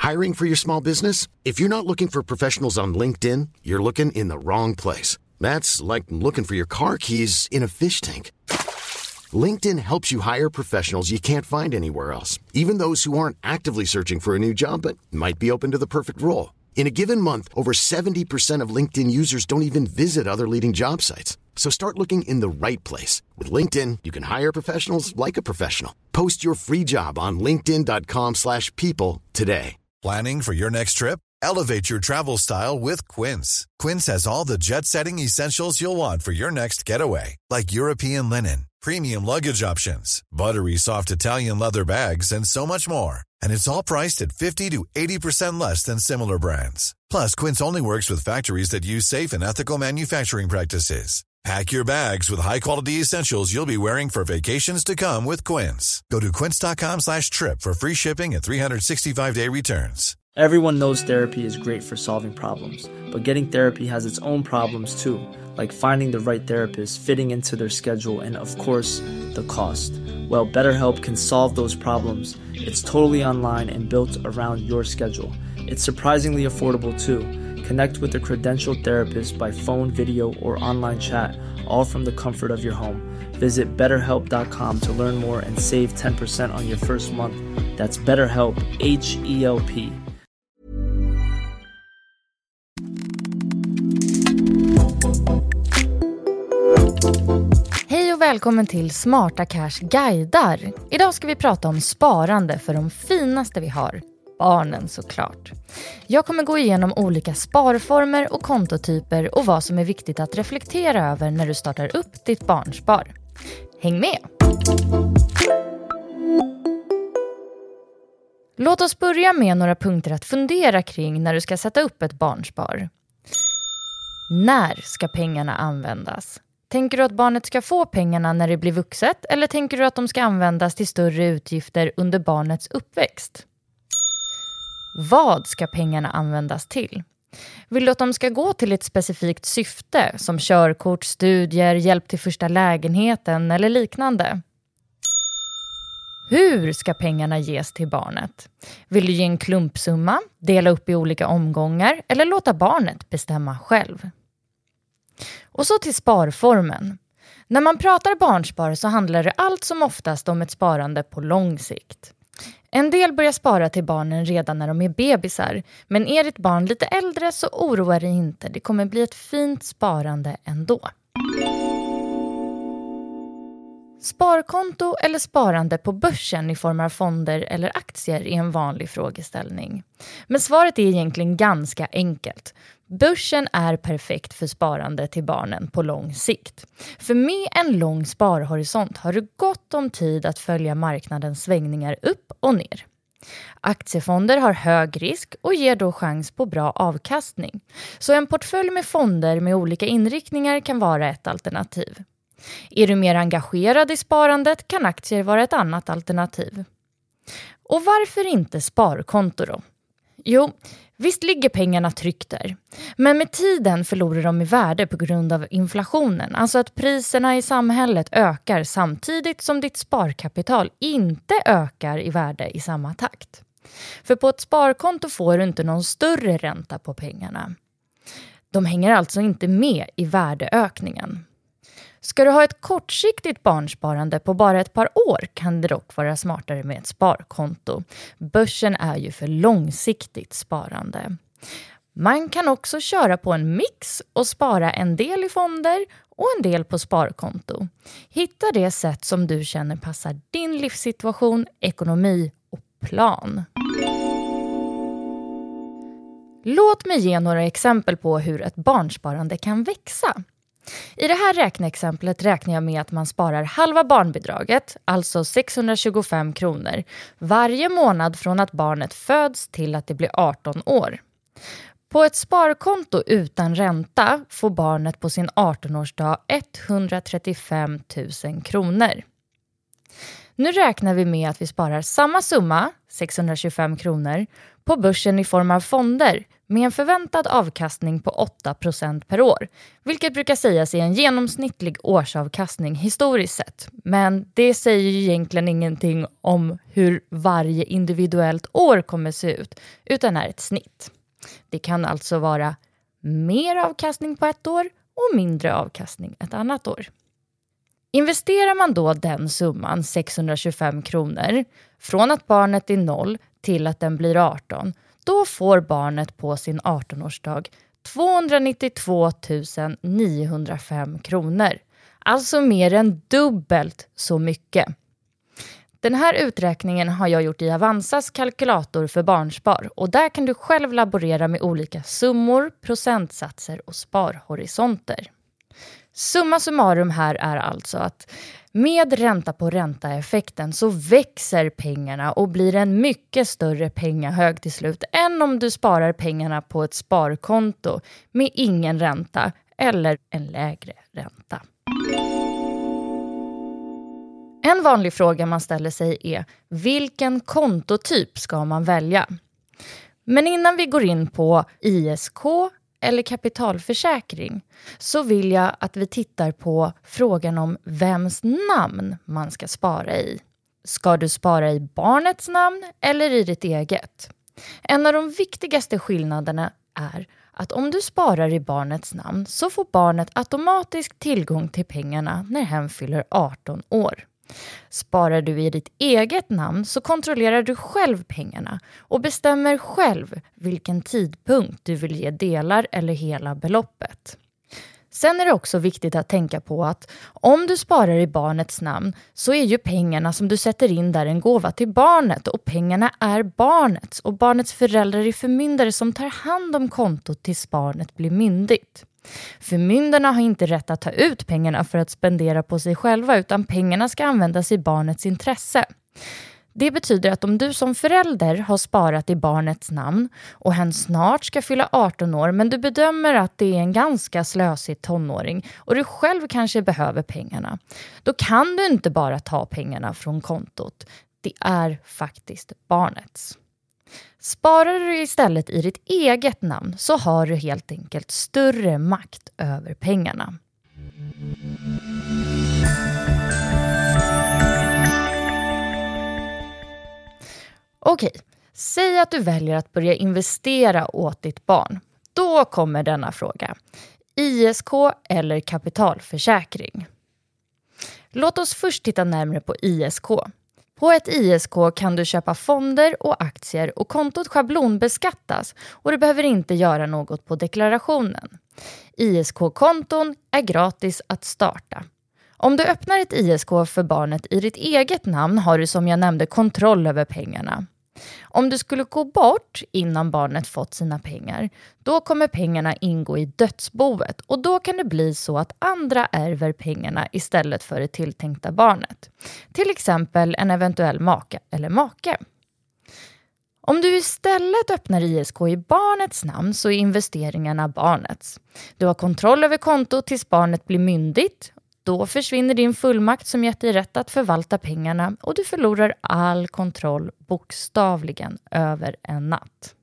Hiring for your small business? If you're not looking for professionals on LinkedIn, you're looking in the wrong place. That's like looking for your car keys in a fish tank. LinkedIn helps you hire professionals you can't find anywhere else, even those who aren't actively searching for a new job but might be open to the perfect role. In a given month, over 70% of LinkedIn users don't even visit other leading job sites. So start looking in the right place. With LinkedIn, you can hire professionals like a professional. Post your free job on linkedin.com/people today. Planning for your next trip? Elevate your travel style with Quince. Quince has all the jet-setting essentials you'll want for your next getaway, like European linen, premium luggage options, buttery soft Italian leather bags, and so much more. And it's all priced at 50 to 80% less than similar brands. Plus, Quince only works with factories that use safe and ethical manufacturing practices. Pack your bags with high-quality essentials you'll be wearing for vacations to come with Quince. Go to quince.com/trip for free shipping and 365-day returns. Everyone knows therapy is great for solving problems, but getting therapy has its own problems too, like finding the right therapist, fitting into their schedule, and of course, the cost. Well, BetterHelp can solve those problems. It's totally online and built around your schedule. It's surprisingly affordable too. Connect with a credentialed therapist by phone, video, or online chat, all from the comfort of your home. Visit BetterHelp.com to learn more and save 10% on your first month. That's BetterHelp, H-E-L-P. Hej och välkommen till Smarta Cash guidar. Idag ska vi prata om sparande för de finaste vi har. Barnen såklart. Jag kommer gå igenom olika sparformer och kontotyper och vad som är viktigt att reflektera över när du startar upp ditt barnspar. Häng med! Låt oss börja med några punkter att fundera kring när du ska sätta upp ett barnspar. När ska pengarna användas? Tänker du att barnet ska få pengarna när det blir vuxet eller tänker du att de ska användas till större utgifter under barnets uppväxt? Vad ska pengarna användas till? Vill du att de ska gå till ett specifikt syfte som körkort, studier, hjälp till första lägenheten eller liknande? Hur ska pengarna ges till barnet? Vill du ge en klumpsumma, dela upp i olika omgångar eller låta barnet bestämma själv? Och så till sparformen. När man pratar barnspar så handlar det allt som oftast om ett sparande på lång sikt. En del börjar spara till barnen redan när de är bebisar, men är ditt barn lite äldre så oroa dig inte, det kommer bli ett fint sparande ändå. Sparkonto eller sparande på börsen i form av fonder eller aktier är en vanlig frågeställning. Men svaret är egentligen ganska enkelt. Börsen är perfekt för sparande till barnen på lång sikt. För med en lång sparhorisont har du gott om tid att följa marknadens svängningar upp och ner. Aktiefonder har hög risk och ger då chans på bra avkastning. Så en portfölj med fonder med olika inriktningar kan vara ett alternativ. Är du mer engagerad i sparandet kan aktier vara ett annat alternativ. Och varför inte sparkonto då? Jo, visst ligger pengarna tryggt där. Men med tiden förlorar de i värde på grund av inflationen. Alltså att priserna i samhället ökar samtidigt som ditt sparkapital inte ökar i värde i samma takt. För på ett sparkonto får du inte någon större ränta på pengarna. De hänger alltså inte med i värdeökningen. Ska du ha ett kortsiktigt barnsparande på bara ett par år kan det dock vara smartare med ett sparkonto. Börsen är ju för långsiktigt sparande. Man kan också köra på en mix och spara en del i fonder och en del på sparkonto. Hitta det sätt som du känner passar din livssituation, ekonomi och plan. Låt mig ge några exempel på hur ett barnsparande kan växa. I det här räkneexemplet räknar jag med att man sparar halva barnbidraget, alltså 625 kronor, varje månad från att barnet föds till att det blir 18 år. På ett sparkonto utan ränta får barnet på sin 18-årsdag 135 000 kronor. Nu räknar vi med att vi sparar samma summa, 625 kronor, på börsen i form av fonder med en förväntad avkastning på 8% per år, vilket brukar sägas är en genomsnittlig årsavkastning historiskt sett. Men det säger ju egentligen ingenting om hur varje individuellt år kommer se ut, utan är ett snitt. Det kan alltså vara mer avkastning på ett år och mindre avkastning ett annat år. Investerar man då den summan, 625 kronor, från att barnet är 0 till att den blir 18, då får barnet på sin 18-årsdag 292 905 kronor. Alltså mer än dubbelt så mycket. Den här uträkningen har jag gjort i Avanzas kalkylator för barnspar och där kan du själv laborera med olika summor, procentsatser och sparhorisonter. Summa summarum här är alltså att med ränta på ränta-effekten så växer pengarna och blir en mycket större pengahög till slut än om du sparar pengarna på ett sparkonto med ingen ränta eller en lägre ränta. En vanlig fråga man ställer sig är vilken kontotyp ska man välja? Men innan vi går in på ISK eller kapitalförsäkring så vill jag att vi tittar på frågan om vems namn man ska spara i. Ska du spara i barnets namn eller i ditt eget? En av de viktigaste skillnaderna är att om du sparar i barnets namn så får barnet automatiskt tillgång till pengarna när hen fyller 18 år. Sparar du i ditt eget namn så kontrollerar du själv pengarna och bestämmer själv vilken tidpunkt du vill ge delar eller hela beloppet. Sen är det också viktigt att tänka på att om du sparar i barnets namn så är ju pengarna som du sätter in där en gåva till barnet och pengarna är barnets och barnets föräldrar är förmyndare som tar hand om kontot tills barnet blir myndigt. Förmyndarna har inte rätt att ta ut pengarna för att spendera på sig själva utan pengarna ska användas i barnets intresse. Det betyder att om du som förälder har sparat i barnets namn och hen snart ska fylla 18 år men du bedömer att det är en ganska slösig tonåring och du själv kanske behöver pengarna, då kan du inte bara ta pengarna från kontot. Det är faktiskt barnets. Sparar du istället i ditt eget namn så har du helt enkelt större makt över pengarna. Okej, säg att du väljer att börja investera åt ditt barn. Då kommer denna fråga. ISK eller kapitalförsäkring? Låt oss först titta närmare på ISK. På ett ISK kan du köpa fonder och aktier och kontot schablonbeskattas och du behöver inte göra något på deklarationen. ISK-konton är gratis att starta. Om du öppnar ett ISK för barnet i ditt eget namn har du som jag nämnde kontroll över pengarna. Om du skulle gå bort innan barnet fått sina pengar, då kommer pengarna ingå i dödsboet och då kan det bli så att andra ärver pengarna istället för det tilltänkta barnet. Till exempel en eventuell maka eller make. Om du istället öppnar ISK i barnets namn så är investeringarna barnets. Du har kontroll över kontot tills barnet blir myndigt. Då försvinner din fullmakt som gett dig rätt att förvalta pengarna och du förlorar all kontroll bokstavligen över en natt.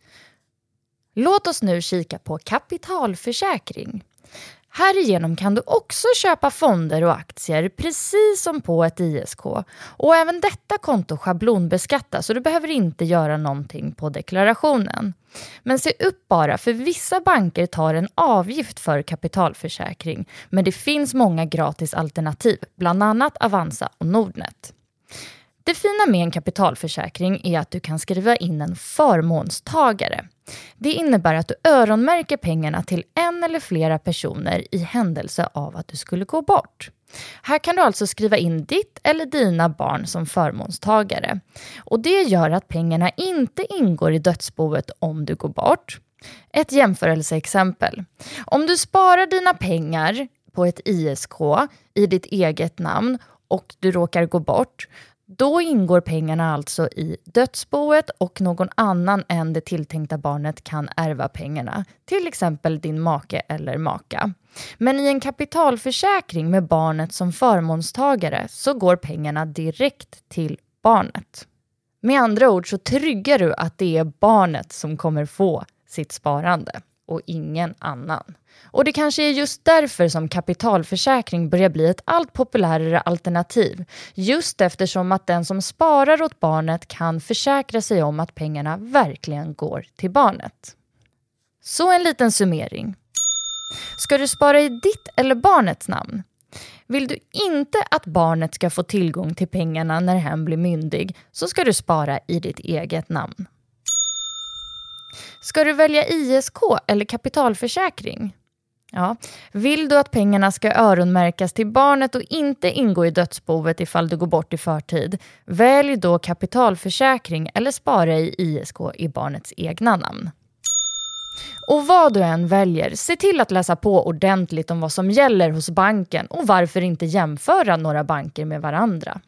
Låt oss nu kika på kapitalförsäkring. Härigenom kan du också köpa fonder och aktier precis som på ett ISK. Och även detta konto schablonbeskattas så du behöver inte göra någonting på deklarationen. Men se upp bara för vissa banker tar en avgift för kapitalförsäkring. Men det finns många gratis alternativ, bland annat Avanza och Nordnet. Det fina med en kapitalförsäkring är att du kan skriva in en förmånstagare. Det innebär att du öronmärker pengarna till en eller flera personer i händelse av att du skulle gå bort. Här kan du alltså skriva in ditt eller dina barn som förmånstagare. Och det gör att pengarna inte ingår i dödsboet om du går bort. Ett jämförelseexempel. Om du sparar dina pengar på ett ISK i ditt eget namn och du råkar gå bort, Då ingår pengarna alltså i dödsboet och någon annan än det tilltänkta barnet kan ärva pengarna. Till exempel din make eller maka. Men i en kapitalförsäkring med barnet som förmånstagare så går pengarna direkt till barnet. Med andra ord så tryggar du att det är barnet som kommer få sitt sparande och ingen annan. Och det kanske är just därför som kapitalförsäkring börjar bli ett allt populärare alternativ. Just eftersom att den som sparar åt barnet kan försäkra sig om att pengarna verkligen går till barnet. Så en liten summering. Ska du spara i ditt eller barnets namn? Vill du inte att barnet ska få tillgång till pengarna när hen blir myndig så ska du spara i ditt eget namn. Ska du välja ISK eller kapitalförsäkring? Ja. Vill du att pengarna ska öronmärkas till barnet och inte ingå i dödsboet ifall du går bort i förtid? Välj då kapitalförsäkring eller spara i ISK i barnets egna namn. Och vad du än väljer, se till att läsa på ordentligt om vad som gäller hos banken och varför inte jämföra några banker med varandra.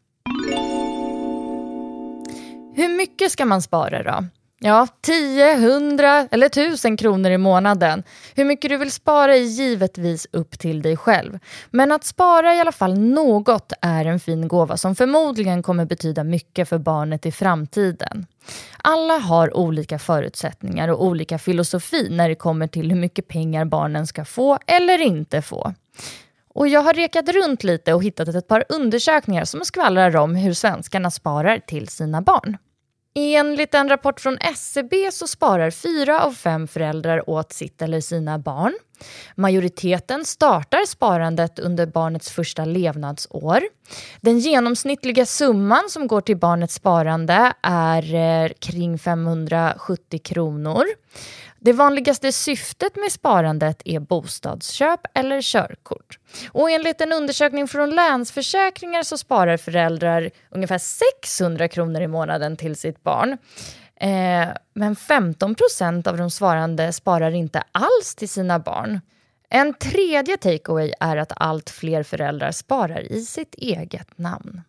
Hur mycket ska man spara då? Ja, 10, 100 eller 1000 kronor i månaden. Hur mycket du vill spara är givetvis upp till dig själv. Men att spara i alla fall något är en fin gåva som förmodligen kommer betyda mycket för barnet i framtiden. Alla har olika förutsättningar och olika filosofi när det kommer till hur mycket pengar barnen ska få eller inte få. Och jag har rekat runt lite och hittat ett par undersökningar som skvallrar om hur svenskarna sparar till sina barn. Enligt en rapport från SCB så sparar 4 av 5 föräldrar åt sitt eller sina barn. Majoriteten startar sparandet under barnets första levnadsår. Den genomsnittliga summan som går till barnets sparande är kring 570 kronor. Det vanligaste syftet med sparandet är bostadsköp eller körkort. Och enligt en undersökning från Länsförsäkringar så sparar föräldrar ungefär 600 kronor i månaden till sitt barn. Men 15% av de svarande sparar inte alls till sina barn. En tredje takeaway är att allt fler föräldrar sparar i sitt eget namn.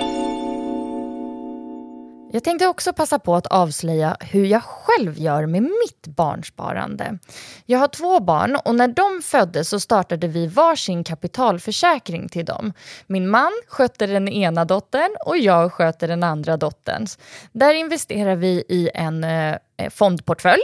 Jag tänkte också passa på att avslöja hur jag själv gör med mitt barnsparande. Jag har 2 barn och när de föddes så startade vi varsin kapitalförsäkring till dem. Min man skötte den ena dottern och jag sköter den andra dotterns. Där investerar vi i en fondportfölj.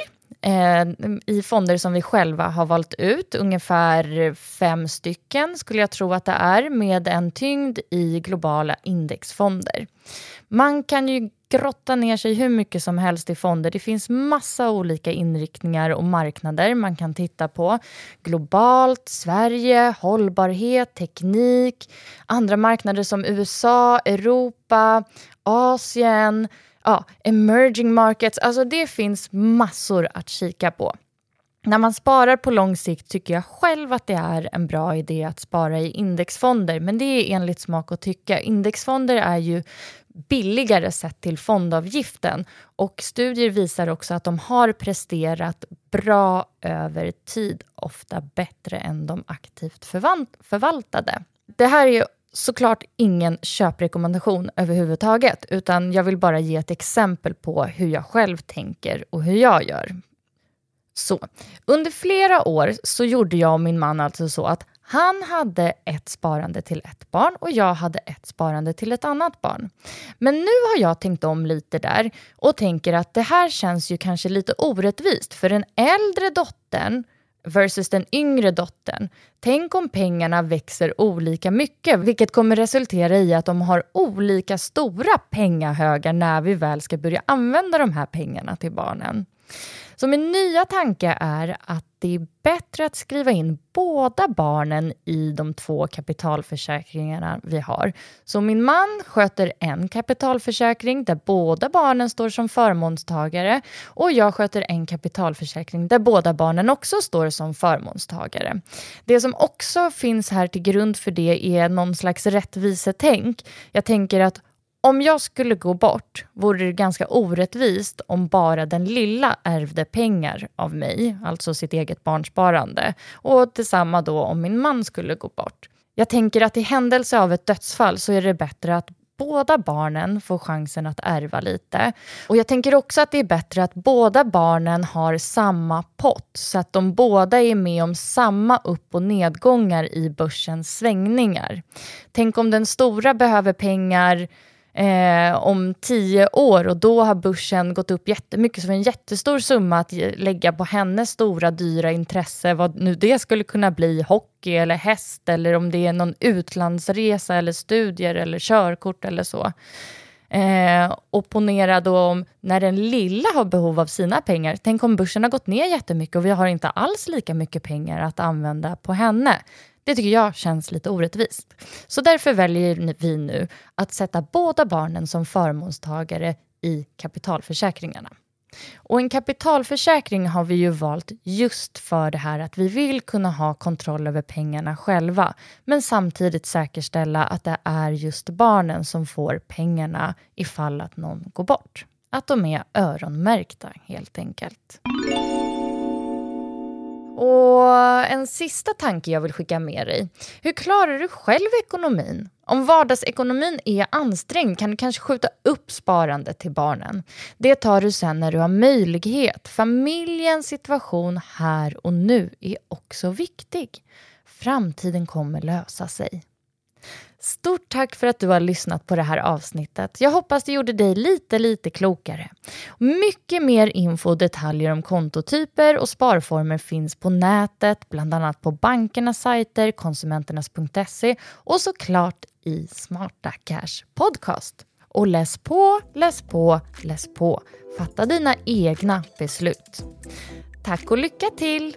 I fonder som vi själva har valt ut, ungefär 5 stycken skulle jag tro att det är, med en tyngd i globala indexfonder. Man kan ju grotta ner sig hur mycket som helst i fonder. Det finns massa olika inriktningar och marknader man kan titta på. Globalt, Sverige, hållbarhet, teknik, andra marknader som USA, Europa, Asien, emerging markets. Alltså det finns massor att kika på. När man sparar på lång sikt tycker jag själv att det är en bra idé att spara i indexfonder. Men det är enligt smak och tycka. Indexfonder är ju billigare sett till fondavgiften. Och studier visar också att de har presterat bra över tid. Ofta bättre än de aktivt förvaltade. Det här är såklart ingen köprekommendation överhuvudtaget. Utan jag vill bara ge ett exempel på hur jag själv tänker och hur jag gör. Så, under flera år så gjorde jag och min man alltså så att han hade ett sparande till ett barn och jag hade ett sparande till ett annat barn. Men nu har jag tänkt om lite där och tänker att det här känns ju kanske lite orättvist för den äldre dottern versus den yngre dottern. Tänk om pengarna växer olika mycket, vilket kommer resultera i att de har olika stora pengahögar när vi väl ska börja använda de här pengarna till barnen. Så min nya tanke är att det är bättre att skriva in båda barnen i de 2 kapitalförsäkringarna vi har. Så min man sköter en kapitalförsäkring där båda barnen står som förmånstagare och jag sköter en kapitalförsäkring där båda barnen också står som förmånstagare. Det som också finns här till grund för det är någon slags rättvisetänk. Jag tänker att om jag skulle gå bort vore det ganska orättvist om bara den lilla ärvde pengar av mig, alltså sitt eget barnsparande. Och detsamma då om min man skulle gå bort. Jag tänker att i händelse av ett dödsfall så är det bättre att båda barnen får chansen att ärva lite. Och jag tänker också att det är bättre att båda barnen har samma pott så att de båda är med om samma upp- och nedgångar i börsens svängningar. Tänk om den stora behöver pengar om 10 år och då har börsen gått upp jättemycket, så en jättestor summa att lägga på hennes stora dyra intresse, vad nu det skulle kunna bli, hockey eller häst eller om det är någon utlandsresa eller studier eller körkort eller så. Och ponera då om när den lilla har behov av sina pengar, tänk om börsen har gått ner jättemycket och vi har inte alls lika mycket pengar att använda på henne. Det tycker jag känns lite orättvist. Så därför väljer vi nu att sätta båda barnen som förmånstagare i kapitalförsäkringarna. Och en kapitalförsäkring har vi ju valt just för det här att vi vill kunna ha kontroll över pengarna själva. Men samtidigt säkerställa att det är just barnen som får pengarna ifall att någon går bort. Att de är öronmärkta helt enkelt. Och en sista tanke jag vill skicka med dig. Hur klarar du själv ekonomin? Om vardagsekonomin är ansträngd kan du kanske skjuta upp sparandet till barnen. Det tar du sen när du har möjlighet. Familjens situation här och nu är också viktig. Framtiden kommer lösa sig. Stort tack för att du har lyssnat på det här avsnittet. Jag hoppas det gjorde dig lite klokare. Mycket mer info och detaljer om kontotyper och sparformer finns på nätet, bland annat på bankernas sajter, konsumenternas.se och såklart i Smarta Cash podcast. Och läs på. Fatta dina egna beslut. Tack och lycka till!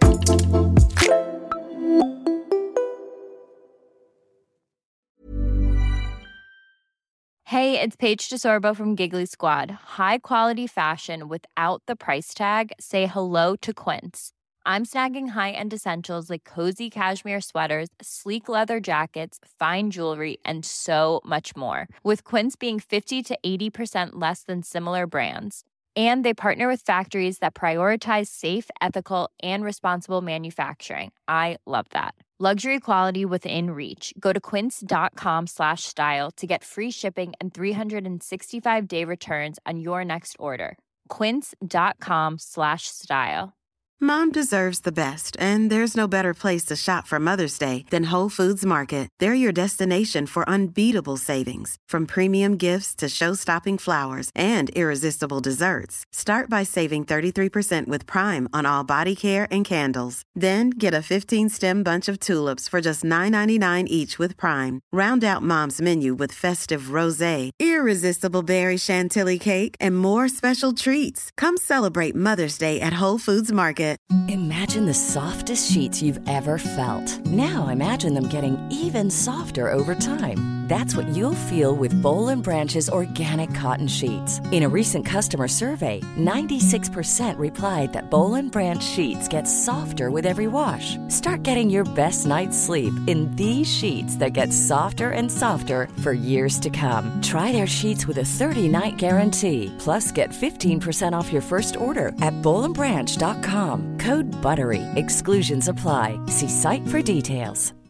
Hey, it's Paige DeSorbo from Giggly Squad. High quality fashion without the price tag. Say hello to Quince. I'm snagging high-end essentials like cozy cashmere sweaters, sleek leather jackets, fine jewelry, and so much more. With Quince being 50 to 80% less than similar brands. And they partner with factories that prioritize safe, ethical, and responsible manufacturing. I love that. Luxury quality within reach. Go to quince.com/style to get free shipping and 365-day returns on your next order. Quince.com/style. Mom deserves the best, and there's no better place to shop for Mother's Day than Whole Foods Market. They're your destination for unbeatable savings, from premium gifts to show-stopping flowers and irresistible desserts. Start by saving 33% with Prime on all body care and candles. Then get a 15-stem bunch of tulips for just $9.99 each with Prime. Round out Mom's menu with festive rosé, irresistible berry chantilly cake, and more special treats. Come celebrate Mother's Day at Whole Foods Market. Imagine the softest sheets you've ever felt. Now imagine them getting even softer over time. That's what you'll feel with Boll & Branch's organic cotton sheets. In a recent customer survey, 96% replied that Boll & Branch sheets get softer with every wash. Start getting your best night's sleep in these sheets that get softer and softer for years to come. Try their sheets with a 30-night guarantee. Plus, get 15% off your first order at bollandbranch.com. Code BUTTERY. Exclusions apply. See site for details.